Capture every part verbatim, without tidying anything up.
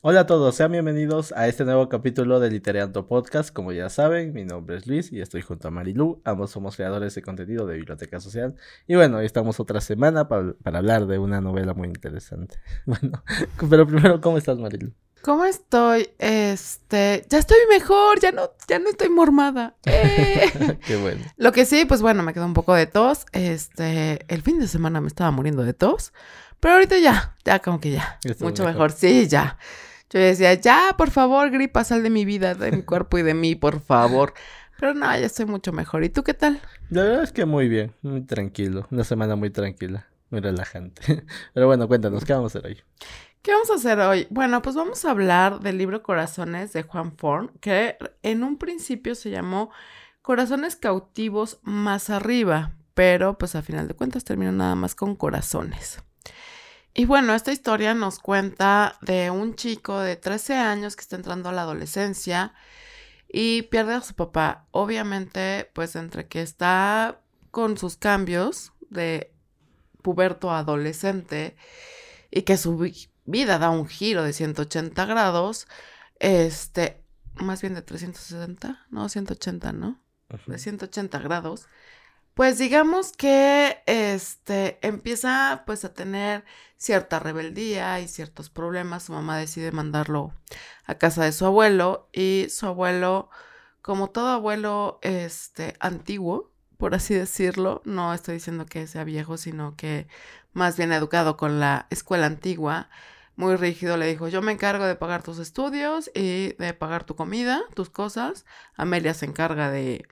Hola a todos, sean bienvenidos a este nuevo capítulo de Litereando Podcast. Como ya saben, mi nombre es Luis y estoy junto a Marilu. Ambos somos creadores de contenido de Biblioteca Social. Y bueno, hoy estamos otra semana para, para hablar de una novela muy interesante. Bueno, pero primero, ¿cómo estás, Marilu? ¿Cómo estoy? Este, ya estoy mejor, ya no, ya no estoy mormada. ¡Eh! Qué bueno. Lo que sí, pues bueno, me quedó un poco de tos. Este, el fin de semana me estaba muriendo de tos, pero ahorita ya, ya como que ya, ¿Estás mucho mejor? mejor. Sí, ya. Yo decía, ya, por favor, gripa, sal de mi vida, de mi cuerpo y de mí, por favor. Pero no, ya estoy mucho mejor. ¿Y tú qué tal? La verdad es que muy bien, muy tranquilo. Una semana muy tranquila, muy relajante. Pero bueno, cuéntanos, ¿qué vamos a hacer hoy? ¿Qué vamos a hacer hoy? Bueno, pues vamos a hablar del libro Corazones de Juan Forn, que en un principio se llamó Corazones cautivos más arriba, pero pues a final de cuentas terminó nada más con Corazones. Y bueno, esta historia nos cuenta de un chico de trece años que está entrando a la adolescencia y pierde a su papá. Obviamente, pues entre que está con sus cambios de puberto a adolescente y que su vi- vida da un giro de ciento ochenta grados, este, más bien de trescientos sesenta, no, ciento ochenta, ¿no? Ujú. De ciento ochenta grados, pues digamos que este empieza pues a tener cierta rebeldía y ciertos problemas. Su mamá decide mandarlo a casa de su abuelo y su abuelo, como todo abuelo este antiguo, por así decirlo, no estoy diciendo que sea viejo, sino que más bien educado con la escuela antigua, muy rígido, le dijo, yo me encargo de pagar tus estudios y de pagar tu comida, tus cosas. Amelia se encarga de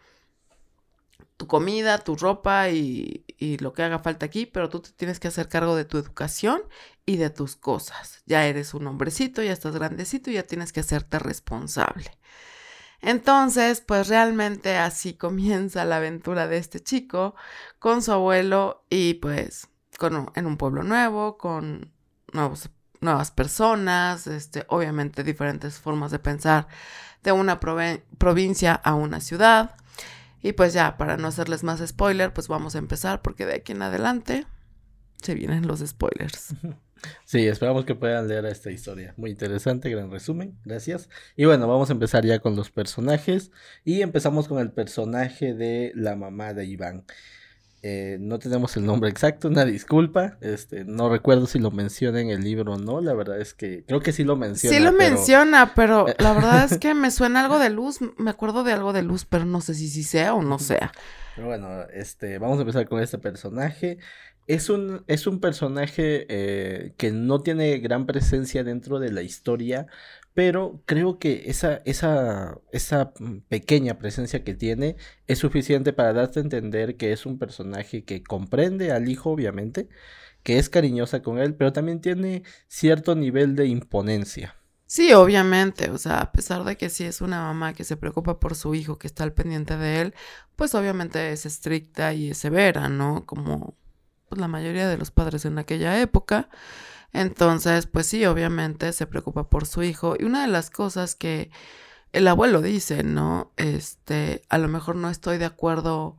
tu comida, tu ropa y, y lo que haga falta aquí, pero tú te tienes que hacer cargo de tu educación y de tus cosas. Ya eres un hombrecito, ya estás grandecito y ya tienes que hacerte responsable. Entonces, pues realmente así comienza la aventura de este chico con su abuelo y pues con, en un pueblo nuevo, con nuevos, nuevas personas, este, obviamente diferentes formas de pensar de una prove- provincia a una ciudad. Y pues ya, para no hacerles más spoiler, pues vamos a empezar porque de aquí en adelante se vienen los spoilers. Sí, esperamos que puedan leer esta historia. Muy interesante, gran resumen, gracias. Y bueno, vamos a empezar ya con los personajes. Y empezamos con el personaje de la mamá de Iván. Eh, no tenemos el nombre exacto, una disculpa. Este, no recuerdo si lo menciona en el libro o no. La verdad es que creo que sí lo Sí lo menciona, pero menciona, pero la verdad es que me suena algo de luz. Me acuerdo de algo de luz, pero no sé si sí sea o no sea. Pero bueno, este, vamos a empezar con este personaje. Es un, es un personaje eh, que no tiene gran presencia dentro de la historia, pero creo que esa, esa, esa mm, pequeña presencia que tiene es suficiente para darte a entender que es un personaje que comprende al hijo, obviamente, que es cariñosa con él, pero también tiene cierto nivel de imponencia. Sí, obviamente, o sea, a pesar de que sí es una mamá que se preocupa por su hijo, que está al pendiente de él, pues obviamente es estricta y es severa, ¿no? Como pues, la mayoría de los padres en aquella época. Entonces, pues sí, obviamente se preocupa por su hijo. Y una de las cosas que el abuelo dice, ¿no? Este, a lo mejor no estoy de acuerdo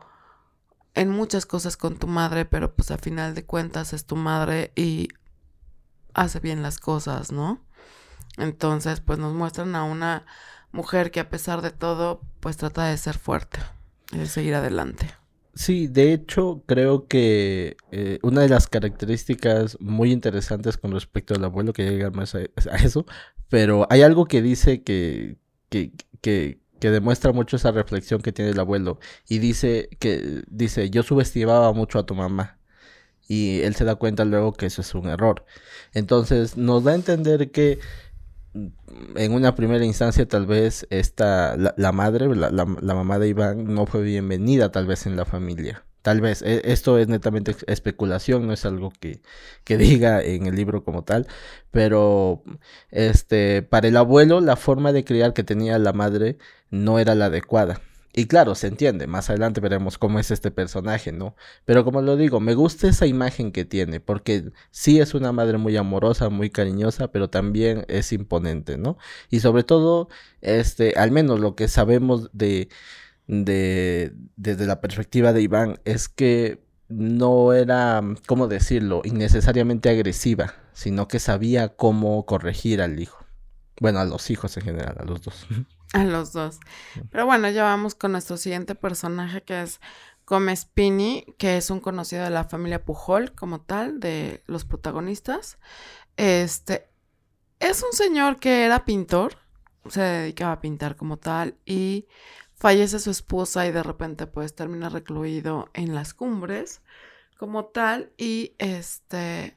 en muchas cosas con tu madre, pero pues a final de cuentas es tu madre y hace bien las cosas, ¿no? Entonces, pues nos muestran a una mujer que a pesar de todo, pues trata de ser fuerte y de seguir adelante. Sí, de hecho, creo que eh, una de las características muy interesantes con respecto al abuelo, que ya llegar más a, a eso, pero hay algo que dice que, que, que, que demuestra mucho esa reflexión que tiene el abuelo, y dice que, dice, yo subestimaba mucho a tu mamá, y él se da cuenta luego que eso es un error. Entonces, nos da a entender que en una primera instancia tal vez esta la, la madre, la, la, la mamá de Iván no fue bienvenida tal vez en la familia. Tal vez, e- esto es netamente especulación, no es algo que, que diga en el libro como tal, pero este, para el abuelo la forma de criar que tenía la madre no era la adecuada. Y claro, se entiende, más adelante veremos cómo es este personaje, ¿no? Pero como lo digo, me gusta esa imagen que tiene, porque sí es una madre muy amorosa, muy cariñosa, pero también es imponente, ¿no? Y sobre todo, este, al menos lo que sabemos de, de, desde la perspectiva de Iván, es que no era, ¿cómo decirlo?, innecesariamente agresiva, sino que sabía cómo corregir al hijo. Bueno, a los hijos en general, a los dos. A los dos. Pero bueno, ya vamos con nuestro siguiente personaje, que es Gómez Pini, que es un conocido de la familia Pujol, como tal, de los protagonistas. Este, es un señor que era pintor, se dedicaba a pintar como tal, y fallece su esposa y de repente pues termina recluido en las cumbres como tal, y este...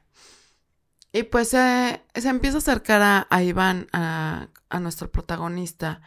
Y pues eh, se empieza a acercar a, a Iván, a, a nuestro protagonista,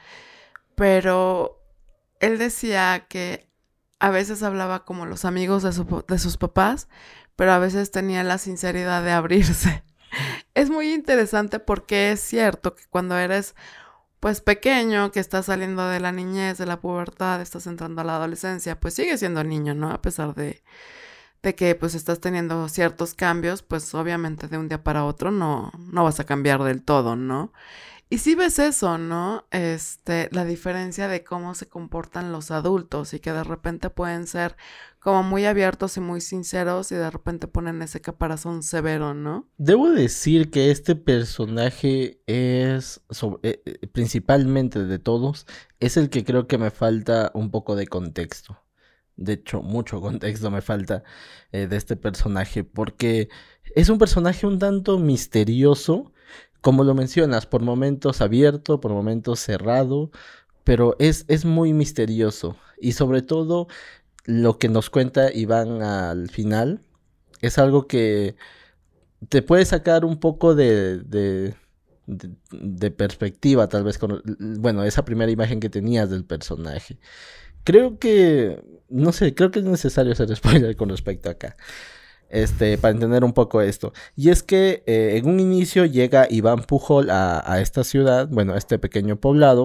pero él decía que a veces hablaba como los amigos de, su, de sus papás, pero a veces tenía la sinceridad de abrirse. Es muy interesante porque es cierto que cuando eres pues pequeño, que estás saliendo de la niñez, de la pubertad, estás entrando a la adolescencia, pues sigues siendo niño, ¿no? A pesar de, de que pues estás teniendo ciertos cambios, pues obviamente de un día para otro no, no vas a cambiar del todo, ¿no? Y sí ves eso, ¿no? Este, la diferencia de cómo se comportan los adultos y que de repente pueden ser como muy abiertos y muy sinceros y de repente ponen ese caparazón severo, ¿no? Debo decir que este personaje es, sobre, eh, principalmente de todos, es el que creo que me falta un poco de contexto. De hecho, mucho contexto me falta eh, de este personaje, porque es un personaje un tanto misterioso, como lo mencionas, por momentos abierto, por momentos cerrado, pero es, es muy misterioso. Y sobre todo, lo que nos cuenta Iván al final es algo que te puede sacar un poco de, de, de, de perspectiva, tal vez, con, bueno, esa primera imagen que tenías del personaje. Creo que, no sé, creo que es necesario hacer spoiler con respecto a acá. Este, para entender un poco esto. Y es que eh, en un inicio llega Iván Pujol a, a esta ciudad, bueno, a este pequeño poblado.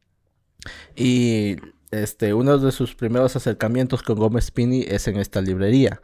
Y este, uno de sus primeros acercamientos con Gómez Pini es en esta librería.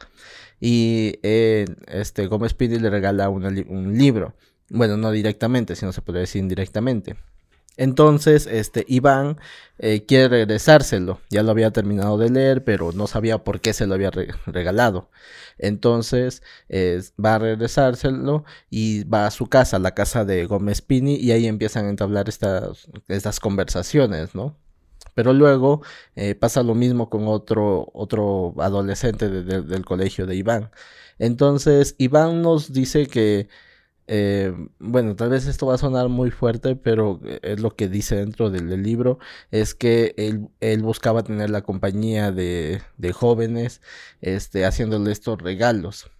Y eh, este, Gómez Pini le regala una li- un libro. Bueno, no directamente, sino se podría decir indirectamente. Entonces, este, Iván eh, quiere regresárselo. Ya lo había terminado de leer, pero no sabía por qué se lo había re- regalado. Entonces, eh, va a regresárselo y va a su casa, la casa de Gómez Pini, y ahí empiezan a entablar estas, estas conversaciones, ¿no? Pero luego eh, pasa lo mismo con otro, otro adolescente de- de- del colegio de Iván. Entonces, Iván nos dice que eh, bueno, tal vez esto va a sonar muy fuerte, pero eh, es lo que dice dentro del, del libro, es que él, él buscaba tener la compañía de, de jóvenes, este, haciéndole estos regalos.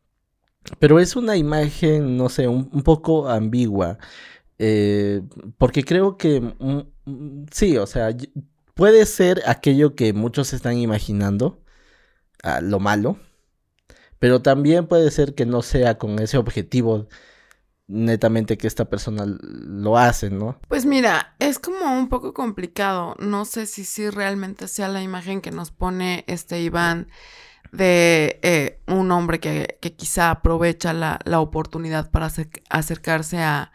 Pero es una imagen, no sé, un, un poco ambigua, eh, porque creo que, mm, mm, sí, o sea, y- puede ser aquello que muchos están imaginando, ah, lo malo, pero también puede ser que no sea con ese objetivo netamente que esta persona lo hace, ¿no? Pues mira, es como un poco complicado. No sé si sí realmente sea la imagen que nos pone este Iván de eh, un hombre que, que quizá aprovecha la, la oportunidad para acer- acercarse a,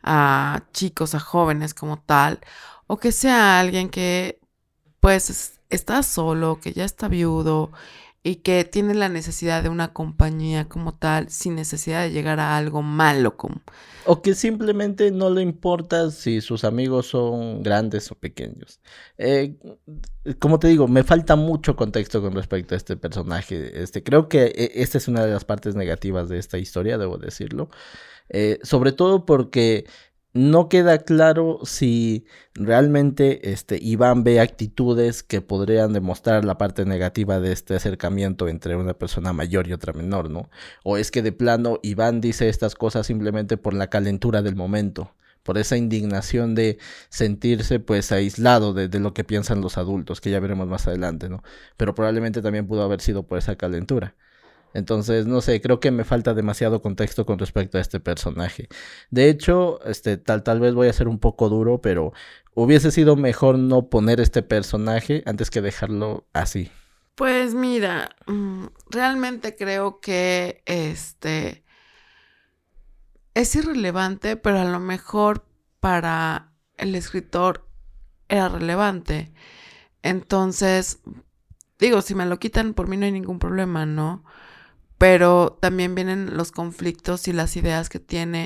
a chicos, a jóvenes como tal, o que sea alguien que pues es- está solo, que ya está viudo y que tiene la necesidad de una compañía como tal, sin necesidad de llegar a algo malo como... O que simplemente no le importa si sus amigos son grandes o pequeños. Eh, como te digo, me falta mucho contexto con respecto a este personaje. Este, creo que eh, esta es una de las partes negativas de esta historia, debo decirlo. Eh, sobre todo porque no queda claro si realmente este, Iván ve actitudes que podrían demostrar la parte negativa de este acercamiento entre una persona mayor y otra menor, ¿no? O es que de plano Iván dice estas cosas simplemente por la calentura del momento, por esa indignación de sentirse pues aislado de, de lo que piensan los adultos, que ya veremos más adelante, ¿no? Pero probablemente también pudo haber sido por esa calentura. Entonces, no sé, creo que me falta demasiado contexto con respecto a este personaje. De hecho, este, tal, tal vez voy a ser un poco duro, pero hubiese sido mejor no poner este personaje antes que dejarlo así. Pues mira, mm, realmente creo que este es irrelevante, pero a lo mejor para el escritor era relevante. Entonces, digo, si me lo quitan, por mí no hay ningún problema, ¿no? Pero también vienen los conflictos y las ideas que tiene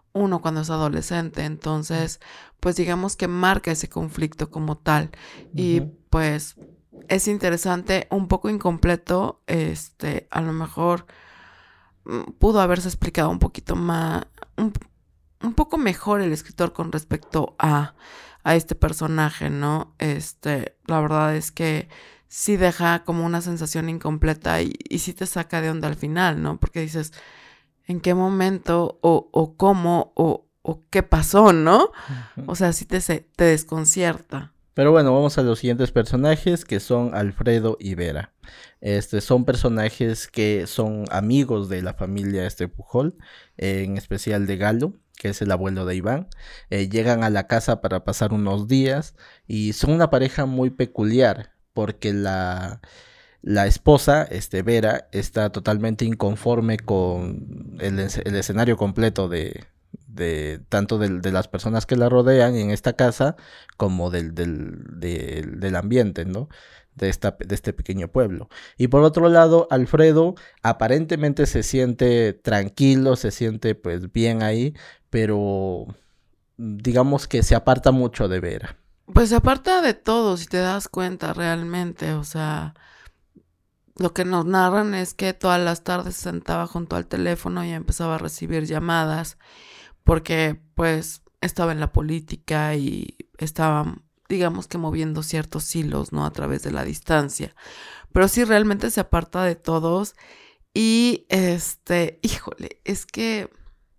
uno cuando es adolescente. Entonces, pues digamos que marca ese conflicto como tal. Y Ujú. pues es interesante, un poco incompleto, este, a lo mejor mm, pudo haberse explicado un poquito más, un, un poco mejor el escritor con respecto a, a este personaje, ¿no? Este, la verdad es que sí deja como una sensación incompleta y, y sí te saca de onda al final, ¿no? Porque dices, ¿en qué momento o, o cómo o, o qué pasó, ¿no? Ujú. O sea, sí te, se- te desconcierta. Pero bueno, vamos a los siguientes personajes que son Alfredo y Vera. Este, son personajes que son amigos de la familia este Pujol, eh, en especial de Galo, que es el abuelo de Iván. Eh, llegan a la casa para pasar unos días y son una pareja muy peculiar porque la, la esposa, este Vera, está totalmente inconforme con el, es- el escenario completo de, de tanto del- de, las personas que la rodean en esta casa como del, del, del, del ambiente, ¿no? De, esta, de este pequeño pueblo. Y por otro lado, Alfredo aparentemente se siente tranquilo, se siente pues bien ahí, pero digamos que se aparta mucho de Vera. Pues se aparta de todo, si te das cuenta realmente, o sea, lo que nos narran es que todas las tardes se sentaba junto al teléfono y empezaba a recibir llamadas porque pues estaba en la política y estaba, digamos que moviendo ciertos hilos, ¿no? A través de la distancia. Pero sí realmente se aparta de todos y este, híjole, es que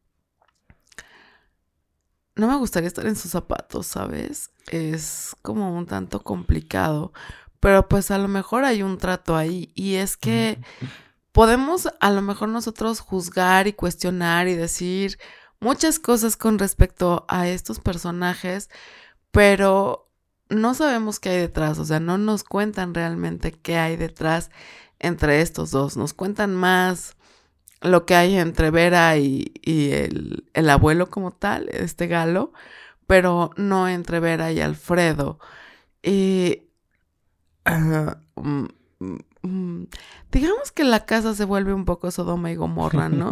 no me gustaría estar en sus zapatos, ¿sabes? Es como un tanto complicado, pero pues a lo mejor hay un trato ahí y es que podemos a lo mejor nosotros juzgar y cuestionar y decir muchas cosas con respecto a estos personajes, pero no sabemos qué hay detrás, o sea, no nos cuentan realmente qué hay detrás entre estos dos, nos cuentan más lo que hay entre Vera y, y el, el abuelo como tal, este Galo, pero no entre Vera y Alfredo. Y uh, mm, mm, digamos que la casa se vuelve un poco Sodoma y Gomorra, ¿no?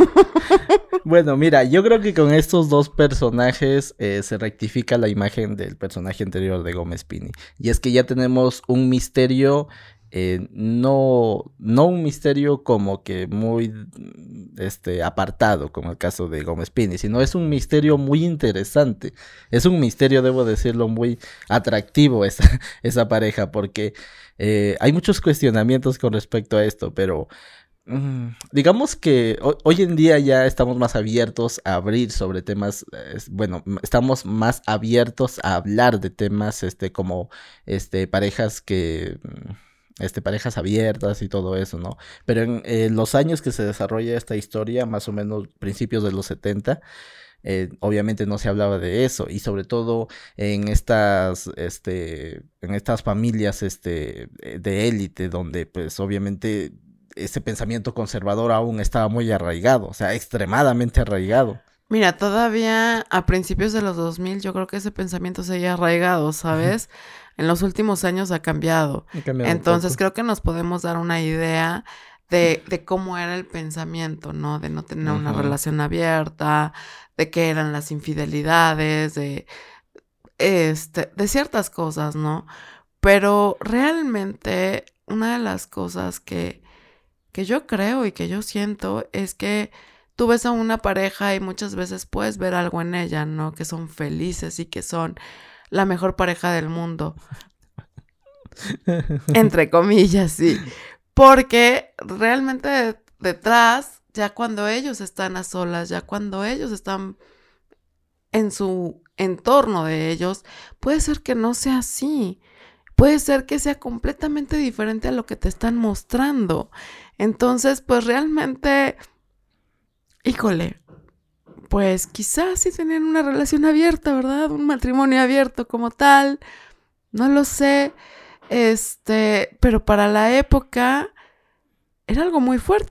Bueno, mira, yo creo que con estos dos personajes eh, se rectifica la imagen del personaje anterior de Gómez Pini. Y es que ya tenemos un misterio, eh, no, no un misterio como que muy este, apartado, como el caso de Gómez Pini, sino es un misterio muy interesante. Es un misterio, debo decirlo, muy atractivo esa, esa pareja, porque eh, hay muchos cuestionamientos con respecto a esto, pero... Mm, digamos que ho- hoy en día ya estamos más abiertos a abrir sobre temas, eh, bueno, m- estamos más abiertos a hablar de temas, este, como, este, parejas que, mm, este, parejas abiertas y todo eso, ¿no? Pero en eh, los años que se desarrolla esta historia, más o menos principios de los setenta, eh, obviamente no se hablaba de eso y sobre todo en estas, este, en estas familias, este, eh, de élite donde, pues, obviamente ese pensamiento conservador aún estaba muy arraigado, o sea, extremadamente arraigado. Mira, todavía a principios de los dos mil yo creo que ese pensamiento seguía arraigado, ¿sabes? En los últimos años ha cambiado. Ha cambiado un Entonces poco. creo que nos podemos dar una idea de, de cómo era el pensamiento, ¿no? De no tener una Ujú. relación abierta, de qué eran las infidelidades, de, este, de ciertas cosas, ¿no? Pero realmente una de las cosas que, que yo creo y que yo siento es que tú ves a una pareja y muchas veces puedes ver algo en ella, ¿no? Que son felices y que son la mejor pareja del mundo, entre comillas, sí. Porque realmente de- detrás, ya cuando ellos están a solas, ya cuando ellos están en su entorno de ellos, puede ser que no sea así. Puede ser que sea completamente diferente a lo que te están mostrando. Entonces, pues realmente, híjole, pues quizás sí tenían una relación abierta, ¿verdad? Un matrimonio abierto como tal, no lo sé. Este, pero para la época era algo muy fuerte.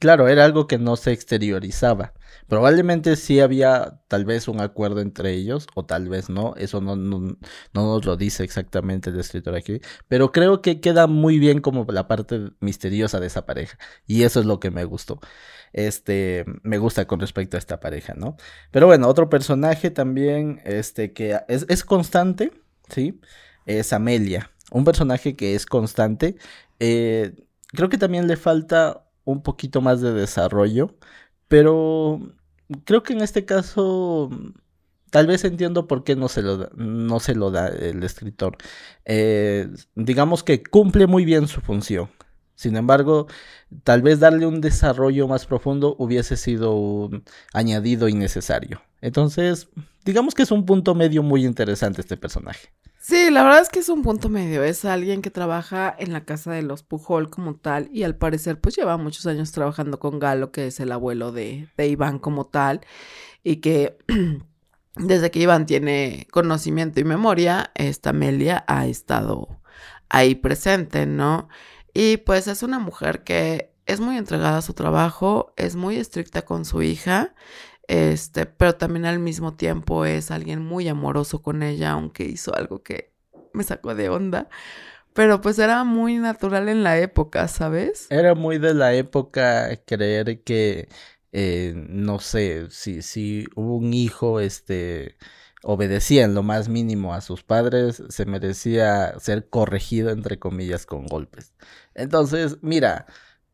claro, era algo que no se exteriorizaba. Probablemente sí había tal vez un acuerdo entre ellos, o tal vez no, eso no, no, no nos lo dice exactamente el escritor aquí, pero creo que queda muy bien como la parte misteriosa de esa pareja, y eso es lo que me gustó. Este, me gusta con respecto a esta pareja, ¿no? Pero bueno, otro personaje también, este, que es, es constante, ¿sí? Es Amelia, un personaje que es constante. Eh, creo que también le falta un poquito más de desarrollo, pero creo que en este caso tal vez entiendo por qué no se lo da, no se lo da el escritor. Eh, digamos que cumple muy bien su función. Sin embargo, tal vez darle un desarrollo más profundo hubiese sido un añadido innecesario. Entonces, digamos que es un punto medio muy interesante este personaje. Sí, la verdad es que es un punto medio, es alguien que trabaja en la casa de los Pujol como tal y al parecer pues lleva muchos años trabajando con Galo, que es el abuelo de, de Iván como tal, y que desde que Iván tiene conocimiento y memoria, esta Amelia ha estado ahí presente, ¿no? Y pues es una mujer que es muy entregada a su trabajo, es muy estricta con su hija. Este, pero también al mismo tiempo es alguien muy amoroso con ella, aunque hizo algo que me sacó de onda. Pero pues era muy natural en la época, ¿sabes? Era muy de la época creer que, eh, no sé, si, si un hijo, este, obedecía en lo más mínimo a sus padres, se merecía ser corregido, entre comillas, con golpes. Entonces, mira,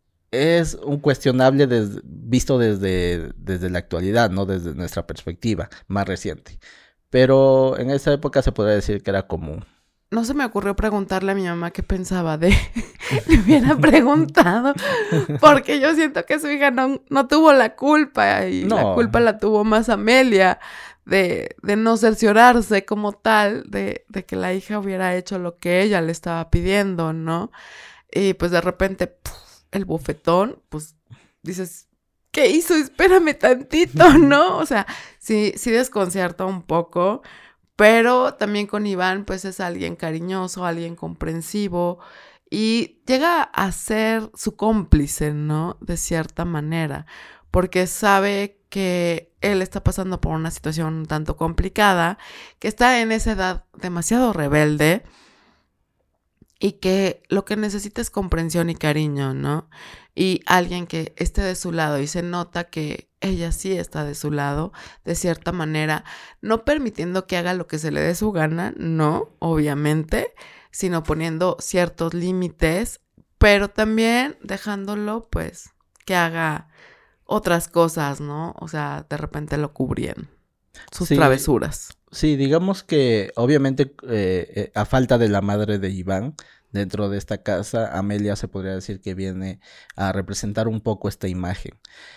es un cuestionable des- visto desde, desde la actualidad, no desde nuestra perspectiva más reciente. Pero en esa época se podría decir que era común. No se me ocurrió preguntarle a mi mamá qué pensaba de... Le hubiera preguntado, porque yo siento que su hija no, no tuvo la culpa y la No, culpa la tuvo más Amelia de, de no cerciorarse como tal, de, de que la hija hubiera hecho lo que ella le estaba pidiendo, ¿no? Y pues de repente, ¡puf!, el bofetón, pues dices, ¿qué hizo? Espérame tantito, ¿no? O sea, sí, sí desconcierta un poco, pero también con Iván, pues es alguien cariñoso, alguien comprensivo y llega a ser su cómplice, ¿no? De cierta manera, porque sabe que él está pasando por una situación un tanto complicada, que está en esa edad demasiado rebelde y que lo que necesita es comprensión y cariño, ¿no? Y alguien que esté de su lado y se nota que ella sí está de su lado, de cierta manera, no permitiendo que haga lo que se le dé su gana, no, obviamente, sino poniendo ciertos límites, pero también dejándolo, pues, que haga otras cosas, ¿no? O sea, de repente lo cubrían sus sí, travesuras. sí, digamos que obviamente eh, eh, a falta de la madre de Iván dentro de esta casa, Amelia se podría decir que viene a representar un poco esta imagen.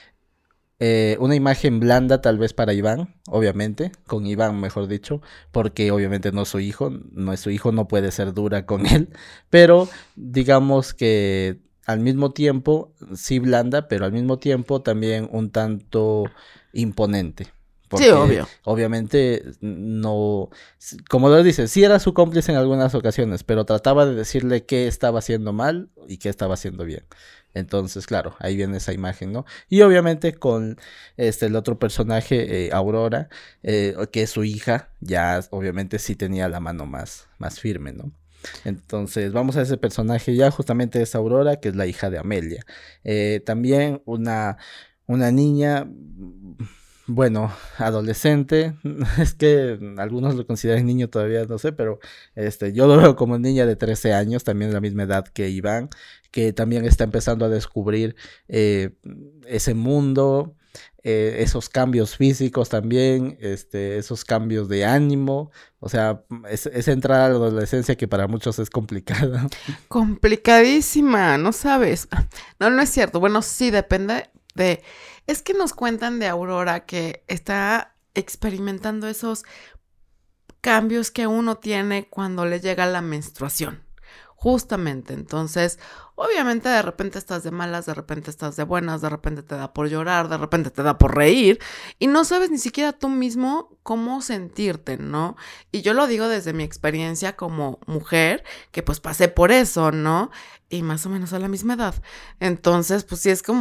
Eh, una imagen blanda tal vez para Iván, obviamente, con Iván mejor dicho, porque obviamente no es su hijo, no es su hijo, no puede ser dura con él, pero digamos que al mismo tiempo, sí blanda, pero al mismo tiempo también un tanto imponente. Sí, Porque obvio. obviamente no, como lo dice, sí era su cómplice en algunas ocasiones, pero trataba de decirle qué estaba haciendo mal y qué estaba haciendo bien. Entonces, claro, ahí viene esa imagen, ¿no? Y obviamente con este el otro personaje, eh, Aurora, eh, que es su hija, ya obviamente sí tenía la mano más, más firme, ¿no? Entonces, vamos a ese personaje ya, justamente es Aurora, que es la hija de Amelia. Eh, también una, una niña, bueno, adolescente, es que algunos lo consideran niño todavía, no sé, pero este, yo lo veo como niña de trece años, también la misma edad que Iván, que también está empezando a descubrir eh, ese mundo, eh, esos cambios físicos también, este, esos cambios de ánimo, o sea, es, es entrar a la adolescencia que para muchos es complicada. Complicadísima, no sabes. No, no es cierto. Bueno, sí, depende de... Es que nos cuentan de Aurora que está experimentando esos cambios que uno tiene cuando le llega la menstruación. Justamente, entonces, obviamente de repente estás de malas, de repente estás de buenas, de repente te da por llorar, de repente te da por reír y no sabes ni siquiera tú mismo cómo sentirte, ¿no? Y yo lo digo desde mi experiencia como mujer, que pues pasé por eso, ¿no? Y más o menos a la misma edad. Entonces, pues sí es como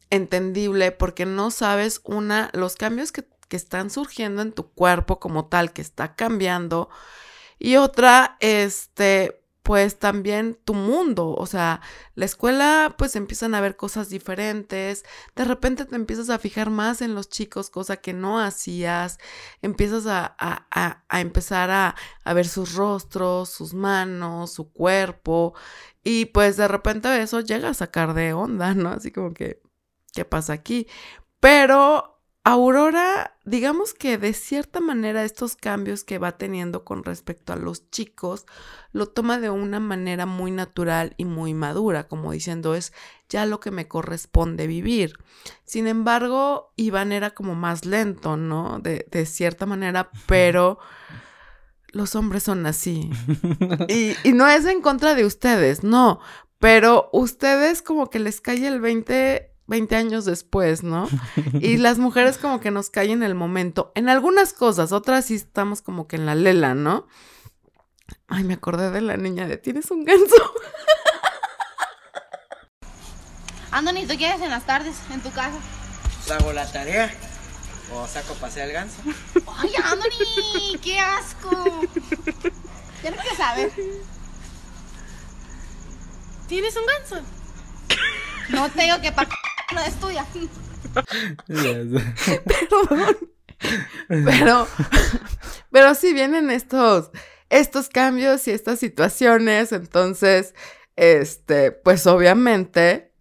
entendible porque no sabes, una, los cambios que, que están surgiendo en tu cuerpo como tal, que está cambiando, y otra, este, pues también tu mundo, o sea, la escuela, pues empiezan a ver cosas diferentes, de repente te empiezas a fijar más en los chicos, cosa que no hacías, empiezas a, a, a, a empezar a, a ver sus rostros, sus manos, su cuerpo, y pues de repente eso llega a sacar de onda, ¿no? Así como que, ¿qué pasa aquí? Pero Aurora, digamos que de cierta manera estos cambios que va teniendo con respecto a los chicos, lo toma de una manera muy natural y muy madura, como diciendo, es ya lo que me corresponde vivir. Sin embargo, Iván era como más lento, ¿no? De, de cierta manera, pero los hombres son así. Y, y no es en contra de ustedes, no, pero ustedes como que les cae el veinte... veinte años después, ¿no? Y las mujeres como que nos caen en el momento. En algunas cosas, otras sí estamos como que en la lela, ¿no? Ay, me acordé de la niña de ¿tienes un ganso? Anthony, ¿tú quieres en las tardes en tu casa? ¿Hago la tarea o saco a pasear el ganso? Ay, Anthony, qué asco. Ya no quiero saber. ¿Tienes un ganso? No te digo que para no es tuya. Perdón. Pero, pero sí vienen estos, estos cambios y estas situaciones. Entonces, este, pues obviamente,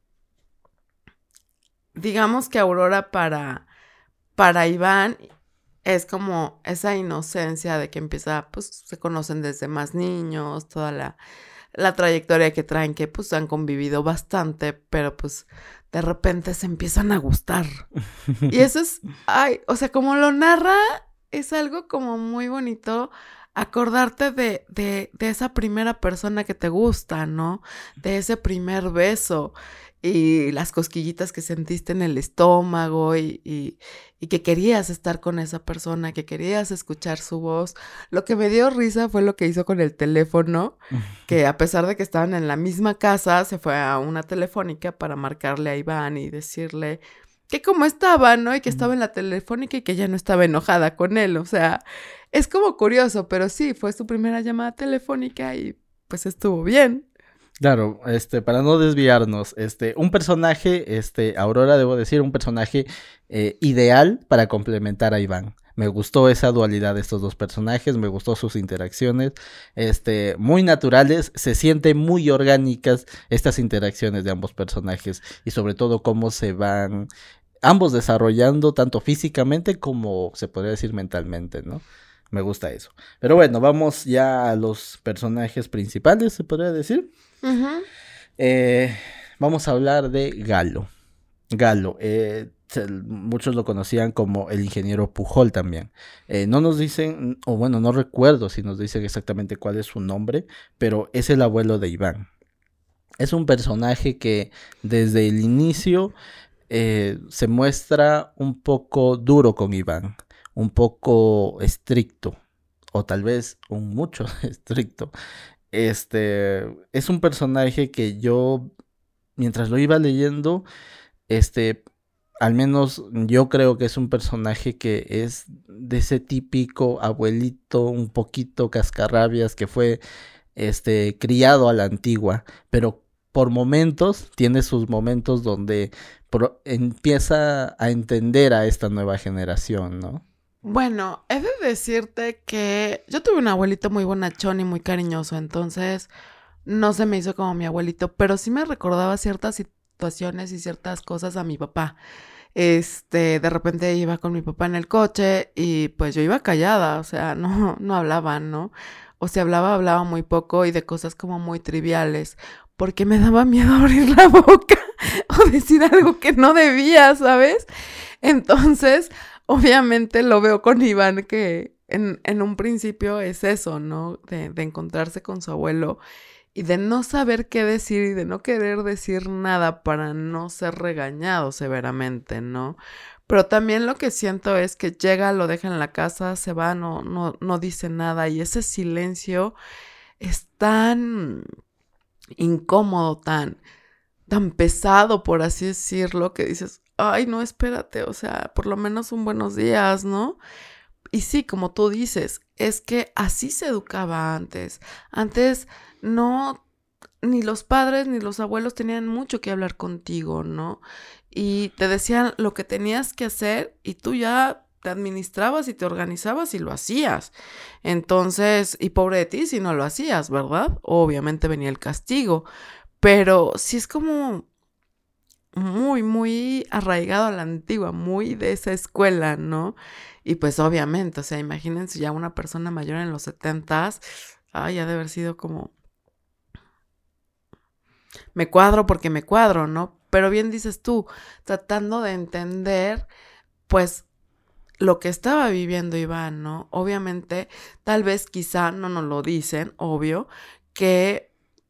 digamos que Aurora para, para Iván es como esa inocencia de que empieza, pues se conocen desde más niños, toda la... la trayectoria que traen, que pues han convivido bastante, pero pues de repente se empiezan a gustar. Y eso es, ay, o sea, como lo narra, es algo como muy bonito acordarte de, de, de esa primera persona que te gusta, ¿no? De ese primer beso y las cosquillitas que sentiste en el estómago y, y, y que querías estar con esa persona, que querías escuchar su voz. Lo que me dio risa fue lo que hizo con el teléfono, que a pesar de que estaban en la misma casa, se fue a una telefónica para marcarle a Iván y decirle que cómo estaba, ¿no? Y que estaba en la telefónica y que ya no estaba enojada con él. O sea, es como curioso, pero sí, fue su primera llamada telefónica y pues estuvo bien. Claro, este, para no desviarnos, este, un personaje, este, Aurora, debo decir, un personaje eh, ideal para complementar a Iván. Me gustó esa dualidad de estos dos personajes, me gustó sus interacciones, este, muy naturales, se sienten muy orgánicas estas interacciones de ambos personajes y sobre todo cómo se van ambos desarrollando tanto físicamente como se podría decir mentalmente, ¿no? Me gusta eso. Pero bueno, vamos ya a los personajes principales, se podría decir. Uh-huh. Eh, vamos a hablar de Galo. Galo, eh, se, muchos lo conocían como el ingeniero Pujol también. Eh, no nos dicen, o bueno, no recuerdo si nos dicen exactamente cuál es su nombre, pero es el abuelo de Iván. Es un personaje que desde el inicio eh, se muestra un poco duro con Iván, un poco estricto, o tal vez un mucho estricto. Este, es un personaje que yo, mientras lo iba leyendo, este, al menos yo creo que es un personaje que es de ese típico abuelito un poquito cascarrabias que fue, este, criado a la antigua, pero por momentos, tiene sus momentos donde pro- empieza a entender a esta nueva generación, ¿no? Bueno, he de decirte que yo tuve un abuelito muy bonachón y muy cariñoso, entonces no se me hizo como mi abuelito, pero sí me recordaba ciertas situaciones y ciertas cosas a mi papá. Este, de repente iba con mi papá en el coche y pues yo iba callada, o sea, no, no hablaba, ¿no? O si hablaba, hablaba muy poco y de cosas como muy triviales, porque me daba miedo abrir la boca o decir algo que no debía, ¿sabes? Entonces, obviamente lo veo con Iván que en, en un principio es eso, ¿no? De, de encontrarse con su abuelo y de no saber qué decir y de no querer decir nada para no ser regañado severamente, ¿no? Pero también lo que siento es que llega, lo deja en la casa, se va, no, no, no dice nada y ese silencio es tan incómodo, tan... tan pesado, por así decirlo, que dices, ay, no, espérate, o sea, por lo menos un buenos días, ¿no? Y sí, como tú dices, es que así se educaba antes. Antes no, ni los padres ni los abuelos tenían mucho que hablar contigo, ¿no? Y te decían lo que tenías que hacer y tú ya te administrabas y te organizabas y lo hacías. Entonces, y pobre de ti si no lo hacías, ¿verdad? Obviamente venía el castigo, pero sí es como muy, muy arraigado a la antigua, muy de esa escuela, ¿no? Y pues obviamente, o sea, imagínense ya una persona mayor en los setentas, ay, ha de haber sido como, me cuadro porque me cuadro, ¿no? Pero bien dices tú, tratando de entender, pues, lo que estaba viviendo Iván, ¿no? Obviamente, tal vez quizá no nos lo dicen, obvio, que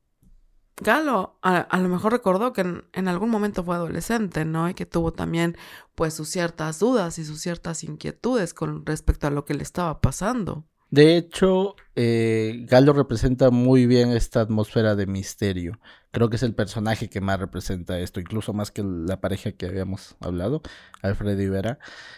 Galo a, a lo mejor recordó que en, en algún momento fue adolescente, ¿no? Y que tuvo también, pues, sus ciertas dudas y sus ciertas inquietudes con respecto a lo que le estaba pasando. De hecho, eh, Galo representa muy bien esta atmósfera de misterio. Creo que es el personaje que más representa esto, incluso más que la pareja que habíamos hablado, Alfredo y Vera.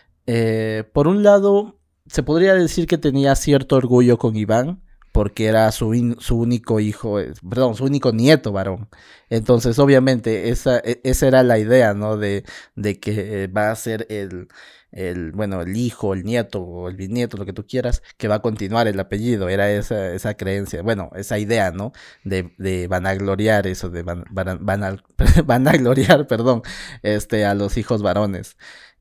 Eh, por un lado, se podría decir que tenía cierto orgullo con Iván, porque era su, in, su único hijo, eh, perdón, su único nieto varón. Entonces, obviamente, esa, esa era la idea, ¿no? De, de que va a ser el, el, bueno, el hijo, el nieto o el bisnieto, lo que tú quieras, que va a continuar el apellido. Era esa, esa creencia, bueno, esa idea, ¿no? De, de vanagloriar eso, de van, van, van, vanagloriar, perdón, este, a los hijos varones.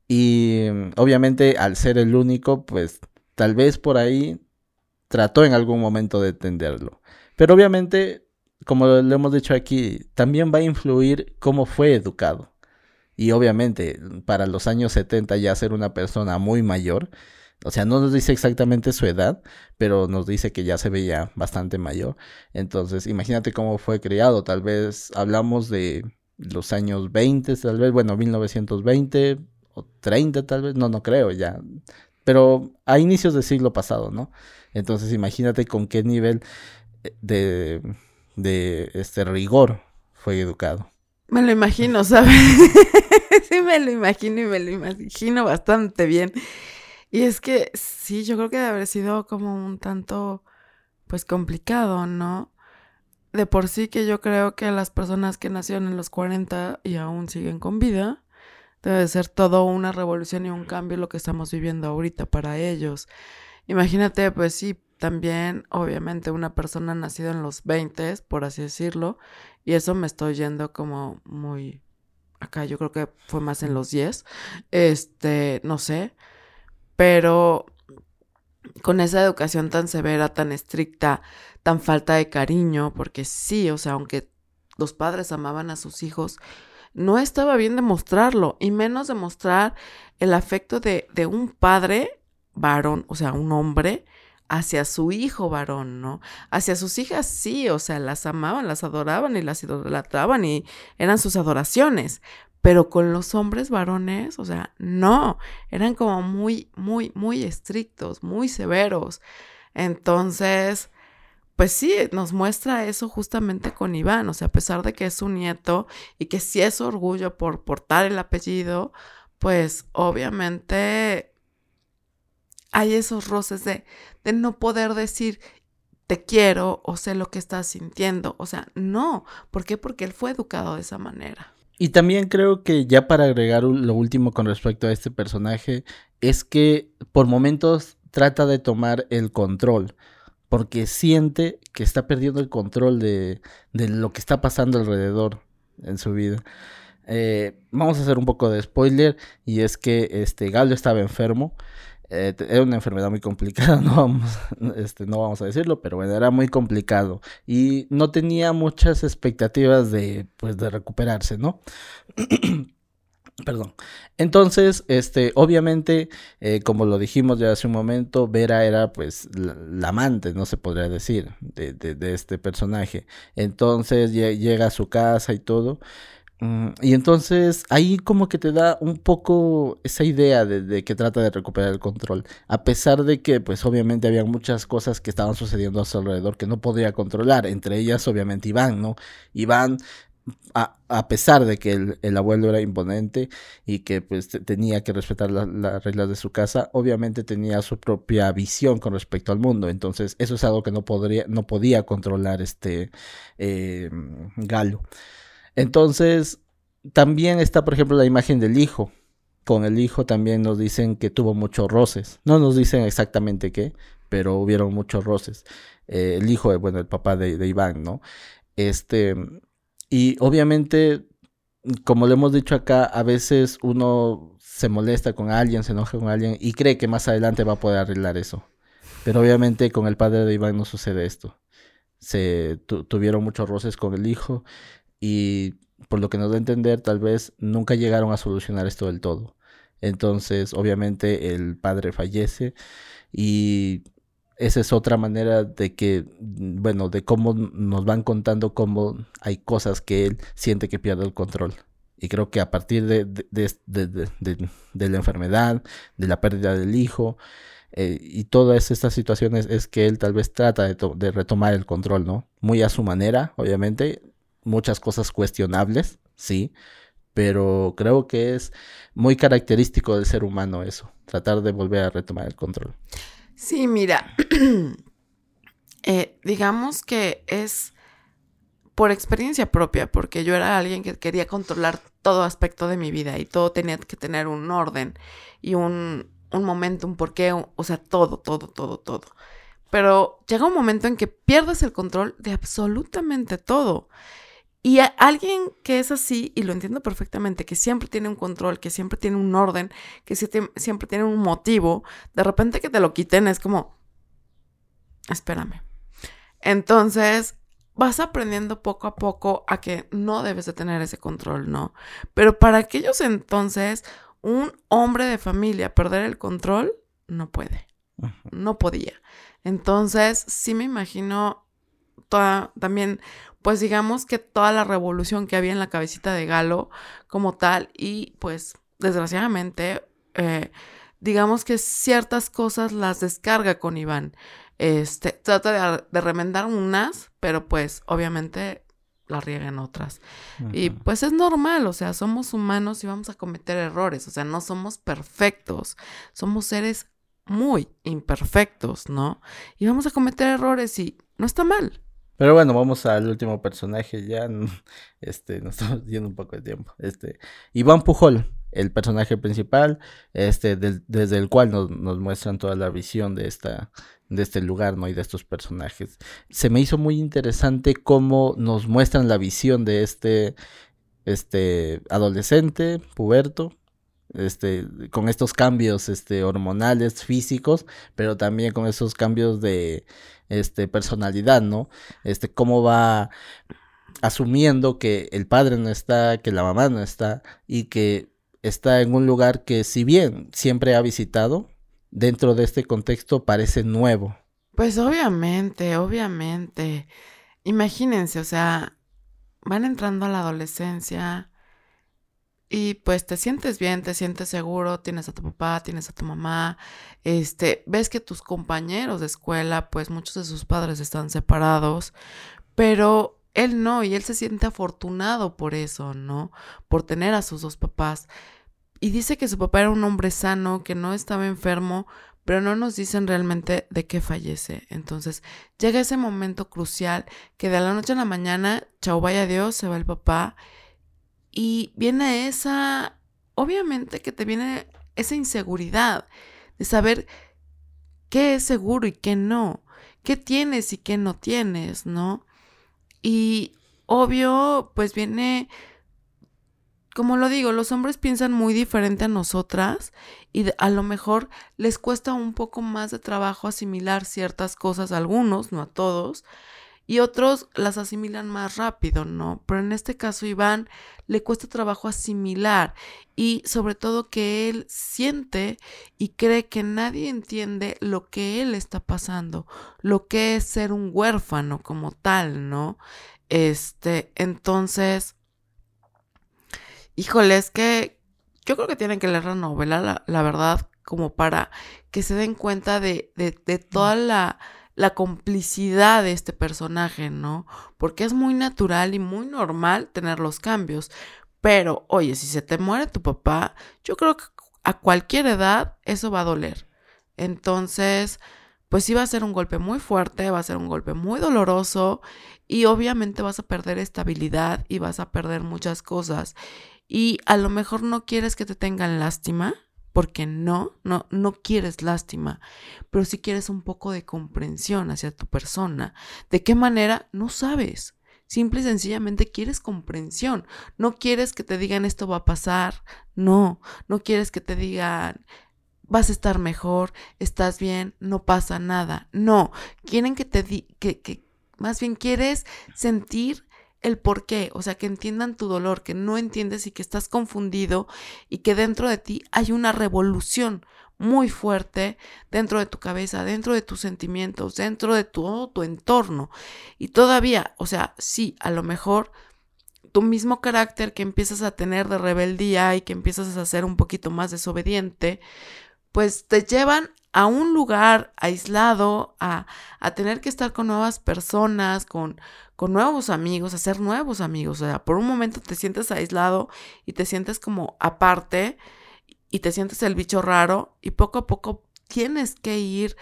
Y obviamente, al ser el único, pues, tal vez por ahí trató en algún momento de entenderlo. Pero obviamente, como lo hemos dicho aquí, también va a influir cómo fue educado. Y obviamente, para los años setenta ya ser una persona muy mayor, o sea, no nos dice exactamente su edad, pero nos dice que ya se veía bastante mayor. Entonces, imagínate cómo fue criado. Tal vez hablamos de los años veinte, tal vez, bueno, mil novecientos veinte o treinta tal vez, no, no creo ya. Pero a inicios del siglo pasado, ¿no? Entonces imagínate con qué nivel de, de este rigor fue educado. Me lo imagino, ¿sabes? Sí, me lo imagino y me lo imagino bastante bien. Y es que sí, yo creo que debe haber sido como un tanto, pues, complicado, ¿no? De por sí que yo creo que las personas que nacieron en los cuarenta y aún siguen con vida, debe ser todo una revolución y un cambio lo que estamos viviendo ahorita para ellos. Imagínate, pues sí, también, obviamente, una persona nacida en los veinte, por así decirlo, y eso me estoy yendo como muy acá, yo creo que fue más en los diez, este, no sé, pero con esa educación tan severa, tan estricta, tan falta de cariño, porque sí, o sea, aunque los padres amaban a sus hijos, no estaba bien demostrarlo, y menos demostrar el afecto de, de un padre varón, o sea, un hombre, hacia su hijo varón, ¿no? Hacia sus hijas sí, o sea, las amaban, las adoraban y las idolatraban y eran sus adoraciones, pero con los hombres varones, o sea, no, eran como muy, muy, muy estrictos, muy severos. Entonces, pues sí, nos muestra eso justamente con Iván, o sea, a pesar de que es su nieto y que sí es orgullo por portar el apellido, pues obviamente hay esos roces de, de no poder decir te quiero o sé lo que estás sintiendo. O sea, no. ¿Por qué? Porque él fue educado de esa manera. Y también creo que ya para agregar lo último con respecto a este personaje, es que por momentos trata de tomar el control, porque siente que está perdiendo el control de, de lo que está pasando alrededor en su vida. Eh, vamos a hacer un poco de spoiler, y es que este Galo estaba enfermo. Eh, era una enfermedad muy complicada, no vamos, este, no vamos a decirlo, pero bueno, era muy complicado y no tenía muchas expectativas de, pues, de recuperarse, ¿no? Perdón. Entonces, este, obviamente, eh, como lo dijimos ya hace un momento, Vera era, pues, la, la amante, no se podría decir, de, de, de este personaje. Entonces, llega a su casa y todo. Y entonces ahí como que te da un poco esa idea de, de que trata de recuperar el control, a pesar de que pues obviamente había muchas cosas que estaban sucediendo a su alrededor que no podía controlar, entre ellas obviamente Iván, ¿no? Iván a, a pesar de que el, el abuelo era imponente y que pues te, tenía que respetar la, las reglas de su casa, obviamente tenía su propia visión con respecto al mundo. Entonces eso es algo que no podría, no podía controlar este eh, Galo. Entonces también está, por ejemplo, la imagen del hijo. Con el hijo también nos dicen que tuvo muchos roces. No nos dicen exactamente qué, pero hubieron muchos roces. Eh, el hijo, bueno, el papá de, de Iván, ¿no? Este, y obviamente, como le hemos dicho acá, a veces uno se molesta con alguien, se enoja con alguien y cree que más adelante va a poder arreglar eso. Pero obviamente con el padre de Iván no sucede esto. Se tu, tuvieron muchos roces con el hijo y por lo que nos da a entender, tal vez nunca llegaron a solucionar esto del todo. Entonces, obviamente, el padre fallece y esa es otra manera de que, bueno, de cómo nos van contando cómo hay cosas que él siente que pierde el control. Y creo que a partir de, de, de, de, de, de, de la enfermedad, de la pérdida del hijo, eh, y todas estas situaciones es que él tal vez trata de, to- de retomar el control, ¿no? Muy a su manera, obviamente, muchas cosas cuestionables, sí, pero creo que es muy característico del ser humano eso, tratar de volver a retomar el control. Sí, mira, eh, digamos que es por experiencia propia, porque yo era alguien que quería controlar todo aspecto de mi vida y todo tenía que tener un orden y un, un momento, un porqué, un- o sea, todo, todo, todo, todo. Pero llega un momento en que pierdes el control de absolutamente todo. Y a alguien que es así, y lo entiendo perfectamente, que siempre tiene un control, que siempre tiene un orden, que sie- tie- siempre tiene un motivo, de repente que te lo quiten es como, espérame. Entonces, vas aprendiendo poco a poco a que no debes de tener ese control, ¿no? Pero para aquellos entonces, un hombre de familia perder el control, no puede, Ujú. no podía. Entonces, sí me imagino toda, también, pues digamos que toda la revolución que había en la cabecita de Galo como tal y pues desgraciadamente, eh, digamos que ciertas cosas las descarga con Iván. Este, trata de, de remendar unas, pero pues obviamente la riega en otras. Y Ujú. pues es normal, o sea, somos humanos y vamos a cometer errores, o sea, no somos perfectos, somos seres muy imperfectos, ¿no? Y vamos a cometer errores y no está mal. Pero bueno, vamos al último personaje ya. n- Este, nos estamos yendo un poco de tiempo. Este, Iván Pujol, el personaje principal, este, del- desde el cual nos, nos muestran toda la visión de esta, de este lugar, ¿no? Y de estos personajes. Se me hizo muy interesante cómo nos muestran la visión de este, este adolescente, puberto, este, con estos cambios, este, hormonales, físicos, pero también con esos cambios de, este, personalidad, ¿no? Este, cómo va asumiendo que el padre no está, que la mamá no está, y que está en un lugar que si bien siempre ha visitado, dentro de este contexto parece nuevo. Pues obviamente, obviamente. Imagínense, o sea, van entrando a la adolescencia y pues te sientes bien, te sientes seguro, tienes a tu papá, tienes a tu mamá, este, ves que tus compañeros de escuela, pues muchos de sus padres están separados, pero él no, y él se siente afortunado por eso, ¿no? Por tener a sus dos papás. Y dice que su papá era un hombre sano, que no estaba enfermo, pero no nos dicen realmente de qué fallece. Entonces llega ese momento crucial que de la noche a la mañana, chao, vaya Dios, se va el papá. Y viene esa, obviamente que te viene esa inseguridad de saber qué es seguro y qué no, qué tienes y qué no tienes, ¿no? Y obvio, pues viene, como lo digo, los hombres piensan muy diferente a nosotras y de- a lo mejor les cuesta un poco más de trabajo asimilar ciertas cosas a algunos, no a todos, y otros las asimilan más rápido, ¿no? Pero en este caso Iván le cuesta trabajo asimilar y sobre todo que él siente y cree que nadie entiende lo que él está pasando, lo que es ser un huérfano como tal, ¿no? Este, entonces, híjole, es que yo creo que tienen que leer la novela, la, la verdad, como para que se den cuenta de, de, de toda la la complicidad de este personaje, ¿no? Porque es muy natural y muy normal tener los cambios. Pero, oye, si se te muere tu papá, yo creo que a cualquier edad eso va a doler. Entonces, pues sí va a ser un golpe muy fuerte, va a ser un golpe muy doloroso y obviamente vas a perder estabilidad y vas a perder muchas cosas. Y a lo mejor no quieres que te tengan lástima, porque no, no, no quieres lástima, pero sí quieres un poco de comprensión hacia tu persona. ¿De qué manera? No sabes. Simple y sencillamente quieres comprensión. No quieres que te digan esto va a pasar. No, no quieres que te digan vas a estar mejor, estás bien, no pasa nada. No, quieren que te di- que, que más bien quieres sentir el por qué, o sea, que entiendan tu dolor, que no entiendes y que estás confundido y que dentro de ti hay una revolución muy fuerte dentro de tu cabeza, dentro de tus sentimientos, dentro de todo tu entorno. Y todavía, o sea, sí, a lo mejor tu mismo carácter que empiezas a tener de rebeldía y que empiezas a ser un poquito más desobediente, pues te llevan a un lugar aislado, a, a tener que estar con nuevas personas, con, con nuevos amigos, hacer nuevos amigos. O sea, por un momento te sientes aislado y te sientes como aparte y te sientes el bicho raro y poco a poco tienes que ir,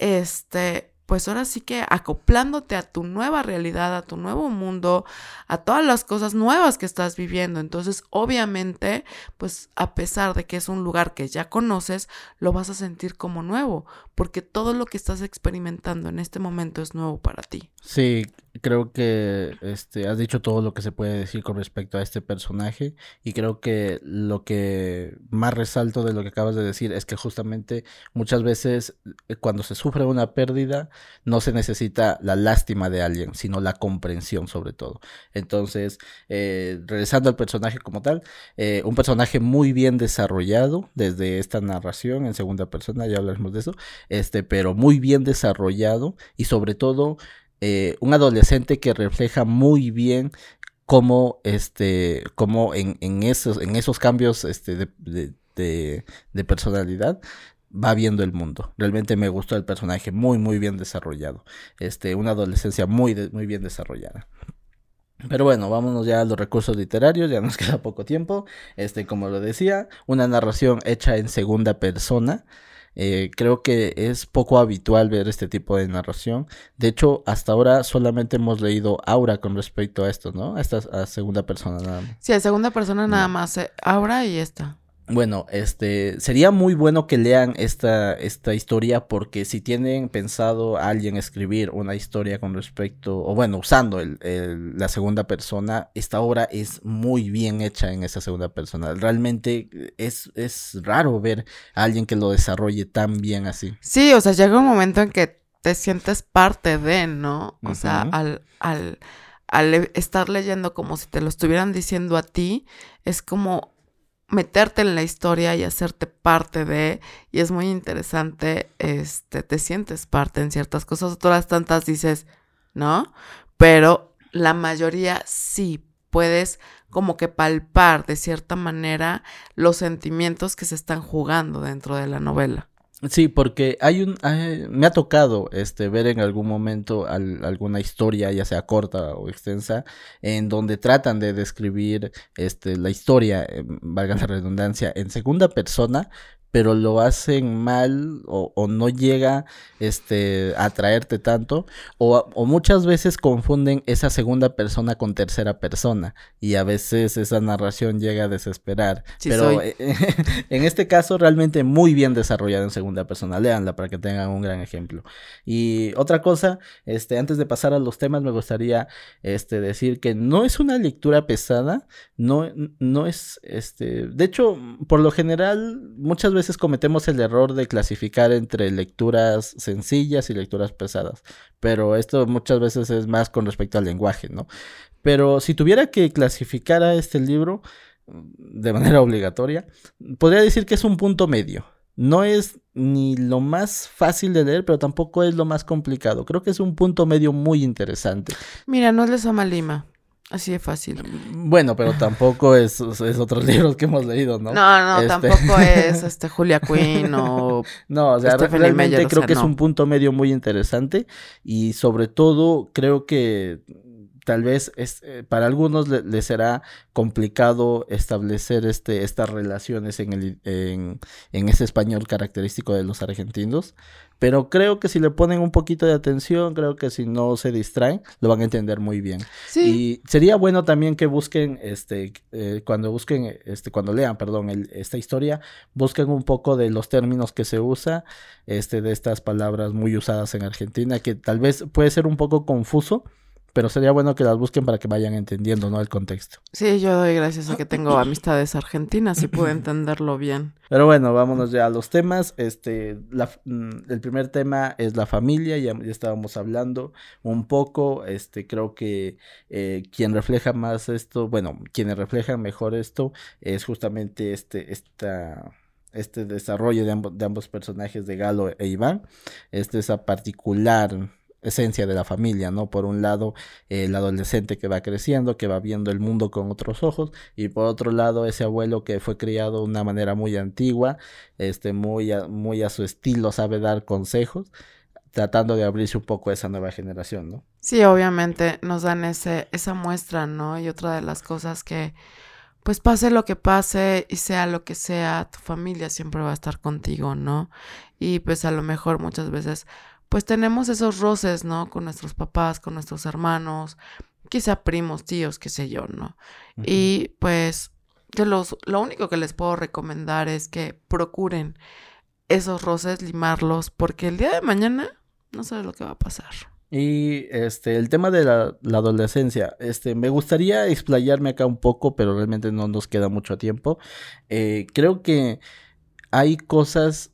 este, pues ahora sí que acoplándote a tu nueva realidad, a tu nuevo mundo, a todas las cosas nuevas que estás viviendo. Entonces, obviamente, pues a pesar de que es un lugar que ya conoces, lo vas a sentir como nuevo, porque todo lo que estás experimentando en este momento es nuevo para ti. Sí, creo que este has dicho todo lo que se puede decir con respecto a este personaje y creo que lo que más resalto de lo que acabas de decir es que justamente muchas veces eh, cuando se sufre una pérdida no se necesita la lástima de alguien, sino la comprensión sobre todo. Entonces, eh, regresando al personaje como tal, eh, un personaje muy bien desarrollado desde esta narración en segunda persona, ya hablaremos de eso, este, pero muy bien desarrollado y sobre todo Eh, un adolescente que refleja muy bien cómo este cómo en, en esos en esos cambios este de, de, de, de personalidad va viendo el mundo. Realmente me gustó el personaje, muy muy bien desarrollado. Este, una adolescencia muy de, muy bien desarrollada. Pero bueno, vámonos ya a los recursos literarios, ya nos queda poco tiempo. Este, como lo decía, una narración hecha en segunda persona. Eh, creo que es poco habitual ver este tipo de narración. De hecho, hasta ahora solamente hemos leído Aura con respecto a esto, ¿no? A esta a segunda persona nada más. Sí, a segunda persona nada No. más, eh, ahora y esta. Bueno, este, sería muy bueno que lean esta, esta historia porque si tienen pensado a alguien escribir una historia con respecto, o bueno, usando el, el, la segunda persona, esta obra es muy bien hecha en esa segunda persona. Realmente es, es raro ver a alguien que lo desarrolle tan bien así. Sí, o sea, llega un momento en que te sientes parte de, ¿no? O Ujú. sea, al, al, al estar leyendo como si te lo estuvieran diciendo a ti, es como meterte en la historia y hacerte parte de, y es muy interesante, este, te sientes parte en ciertas cosas, otras tantas dices, ¿no? Pero la mayoría sí puedes como que palpar de cierta manera los sentimientos que se están jugando dentro de la novela. Sí, porque hay un, hay- me ha tocado este ver en algún momento al- alguna historia, ya sea corta o extensa, en donde tratan de describir este la historia, eh, valga la redundancia, en segunda persona, pero lo hacen mal o, o no llega este a atraerte tanto, o, o muchas veces confunden esa segunda persona con tercera persona, y a veces esa narración llega a desesperar. Sí Pero soy. eh, en este caso realmente muy bien desarrollado en segunda persona. Léanla para que tengan un gran ejemplo. Y otra cosa, este, antes de pasar a los temas, me gustaría este, decir que no es una lectura pesada, no, no es, este, de hecho, por lo general, muchas veces cometemos el error de clasificar entre lecturas sencillas y lecturas pesadas, pero esto muchas veces es más con respecto al lenguaje, ¿no? Pero si tuviera que clasificar a este libro de manera obligatoria, podría decir que es un punto medio. No es ni lo más fácil de leer, pero tampoco es lo más complicado. Creo que es un punto medio muy interesante. Mira, no es Lezama Lima. Así de fácil. Bueno, pero tampoco es, es otros libros que hemos leído, ¿no? No, no, Este... tampoco es este Julia Quinn o... No, o sea, Stephanie realmente Meyer, o creo sea, que es no. un punto medio muy interesante y sobre todo creo que tal vez es, eh, para algunos les le será complicado establecer este estas relaciones en, el, en, en ese español característico de los argentinos, pero creo que si le ponen un poquito de atención, creo que si no se distraen, lo van a entender muy bien. Sí. Y sería bueno también que busquen, este, eh, cuando busquen, este, cuando lean, perdón, el, esta historia, busquen un poco de los términos que se usa, este, de estas palabras muy usadas en Argentina, que tal vez puede ser un poco confuso, pero sería bueno que las busquen para que vayan entendiendo, ¿no? El contexto. Sí, yo doy gracias a que tengo amistades argentinas y puedo entenderlo bien. Pero bueno, vámonos ya a los temas. Este, la, el primer tema es la familia, ya, ya estábamos hablando un poco. Este, creo que eh, quien refleja más esto, bueno, quienes reflejan mejor esto es justamente este, esta... este desarrollo de, amb- de ambos personajes de Galo e Iván, este esa particular esencia de la familia, ¿no? Por un lado, eh, el adolescente que va creciendo, que va viendo el mundo con otros ojos, y por otro lado, ese abuelo que fue criado de una manera muy antigua, este, muy a, muy a su estilo, sabe dar consejos, tratando de abrirse un poco a esa nueva generación, ¿no? Sí, obviamente nos dan ese, esa muestra, ¿no? Y otra de las cosas que, pues pase lo que pase y sea lo que sea, tu familia siempre va a estar contigo, ¿no? Y pues a lo mejor muchas veces, pues tenemos esos roces, ¿no? Con nuestros papás, con nuestros hermanos, quizá primos, tíos, qué sé yo, ¿no? Uh-huh. Y pues yo los, lo único que les puedo recomendar es que procuren esos roces, limarlos, porque el día de mañana no sabes lo que va a pasar. Y este, el tema de la, la adolescencia, este, me gustaría explayarme acá un poco, pero realmente no nos queda mucho tiempo. Eh, creo que hay cosas,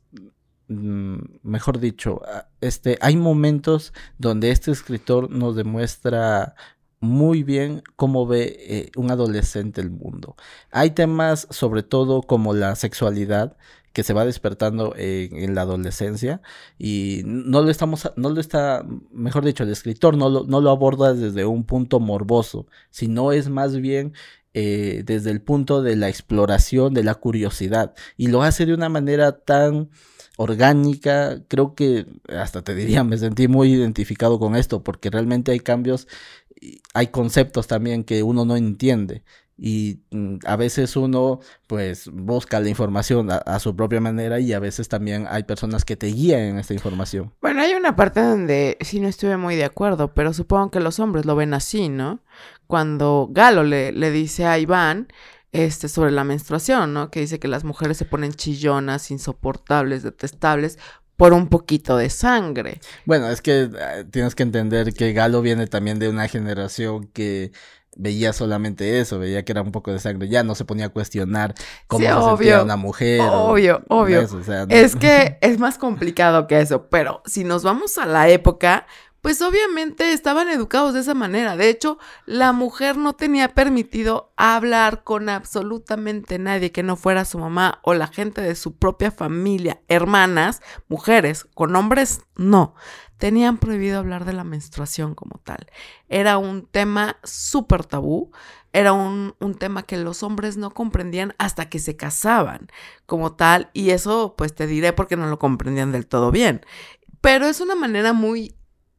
mmm, mejor dicho, este, hay momentos donde este escritor nos demuestra muy bien cómo ve eh, un adolescente el mundo. Hay temas, sobre todo, como la sexualidad, que se va despertando en, en la adolescencia y no lo estamos, no lo está, mejor dicho, el escritor no lo, no lo aborda desde un punto morboso, sino es más bien eh, desde el punto de la exploración, de la curiosidad, y lo hace de una manera tan orgánica. Creo que hasta te diría, me sentí muy identificado con esto, porque realmente hay cambios, hay conceptos también que uno no entiende. Y mm, a veces uno pues busca la información a, a su propia manera, y a veces también hay personas que te guían en esta información. Bueno, hay una parte donde sí no estuve muy de acuerdo, pero supongo que los hombres lo ven así, ¿no? Cuando Galo le, le dice a Iván este, sobre la menstruación, ¿no? Que dice que las mujeres se ponen chillonas, insoportables, detestables por un poquito de sangre. Bueno, es que uh, tienes que entender que Galo viene también de una generación que veía solamente eso, veía que era un poco de sangre, ya no se ponía a cuestionar cómo sí, se obvio, sentía una mujer. Obvio, o, obvio. Eso, o sea, no. Es que es más complicado que eso, pero si nos vamos a la época, pues obviamente estaban educados de esa manera. De hecho, la mujer no tenía permitido hablar con absolutamente nadie que no fuera su mamá o la gente de su propia familia, hermanas, mujeres, con hombres no. Tenían prohibido hablar de la menstruación como tal. Era un tema súper tabú, era un, un tema que los hombres no comprendían hasta que se casaban como tal, y eso pues te diré porque no lo comprendían del todo bien. Pero es una manera muy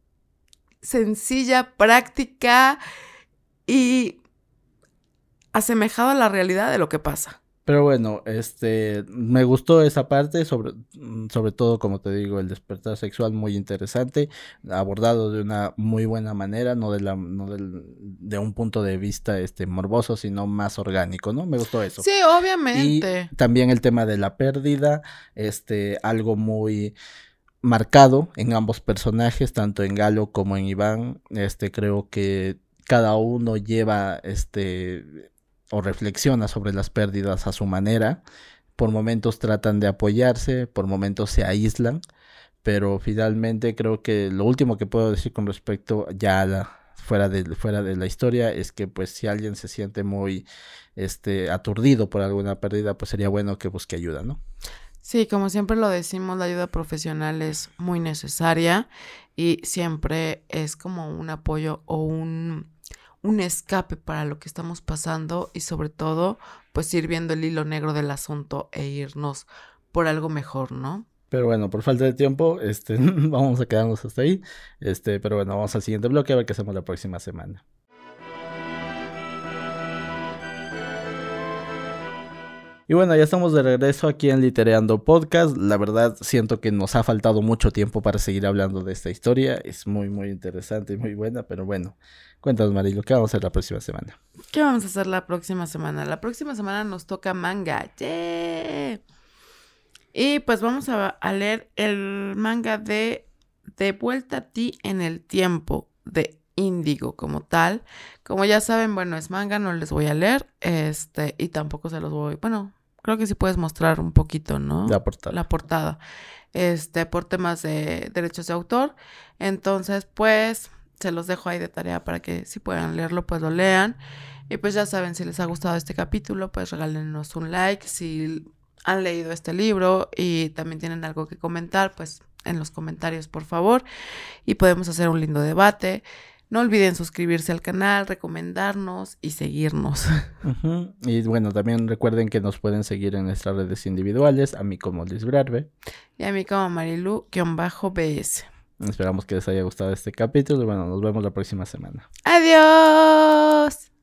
sencilla, práctica y asemejada a la realidad de lo que pasa. Pero bueno, este, me gustó esa parte, sobre, sobre todo, como te digo, el despertar sexual, muy interesante, abordado de una muy buena manera, no de la, no del, de un punto de vista este morboso, sino más orgánico, ¿no? Me gustó eso. Sí, obviamente. Y también el tema de la pérdida, este, algo muy marcado en ambos personajes, tanto en Galo como en Iván. Este, creo que cada uno lleva este o reflexiona sobre las pérdidas a su manera. Por momentos tratan de apoyarse, por momentos se aíslan, pero finalmente creo que lo último que puedo decir con respecto ya a la, fuera de fuera de la historia es que pues si alguien se siente muy este aturdido por alguna pérdida, pues sería bueno que busque ayuda, ¿no? Sí, como siempre lo decimos, la ayuda profesional es muy necesaria y siempre es como un apoyo o un un escape para lo que estamos pasando y sobre todo, pues ir viendo el hilo negro del asunto e irnos por algo mejor, ¿no? Pero bueno, por falta de tiempo, este, vamos a quedarnos hasta ahí. Este, pero bueno, vamos al siguiente bloque a ver qué hacemos la próxima semana. Y bueno, ya estamos de regreso aquí en Litereando Podcast. La verdad, siento que nos ha faltado mucho tiempo para seguir hablando de esta historia. Es muy, muy interesante y muy buena, pero bueno. Cuéntanos, Marilo, ¿qué vamos a hacer la próxima semana? ¿Qué vamos a hacer la próxima semana? La próxima semana nos toca manga. ¡Yeah! Y pues vamos a, a leer el manga de De vuelta a ti en el tiempo, de Índigo como tal. Como ya saben, bueno, es manga, no les voy a leer. Este, y tampoco se los voy... Bueno, creo que sí puedes mostrar un poquito, ¿no? La portada. La portada. Este, por temas de derechos de autor. Entonces, pues, se los dejo ahí de tarea para que si puedan leerlo, pues lo lean. Y pues ya saben, si les ha gustado este capítulo, pues regálenos un like. Si han leído este libro y también tienen algo que comentar, pues en los comentarios, por favor. Y podemos hacer un lindo debate. No olviden suscribirse al canal, recomendarnos y seguirnos. Uh-huh. Y bueno, también recuerden que nos pueden seguir en nuestras redes individuales, a mí como Luis Brarbe. Y a mí como Marilu-B S. Esperamos que les haya gustado este capítulo y bueno, nos vemos la próxima semana. ¡Adiós!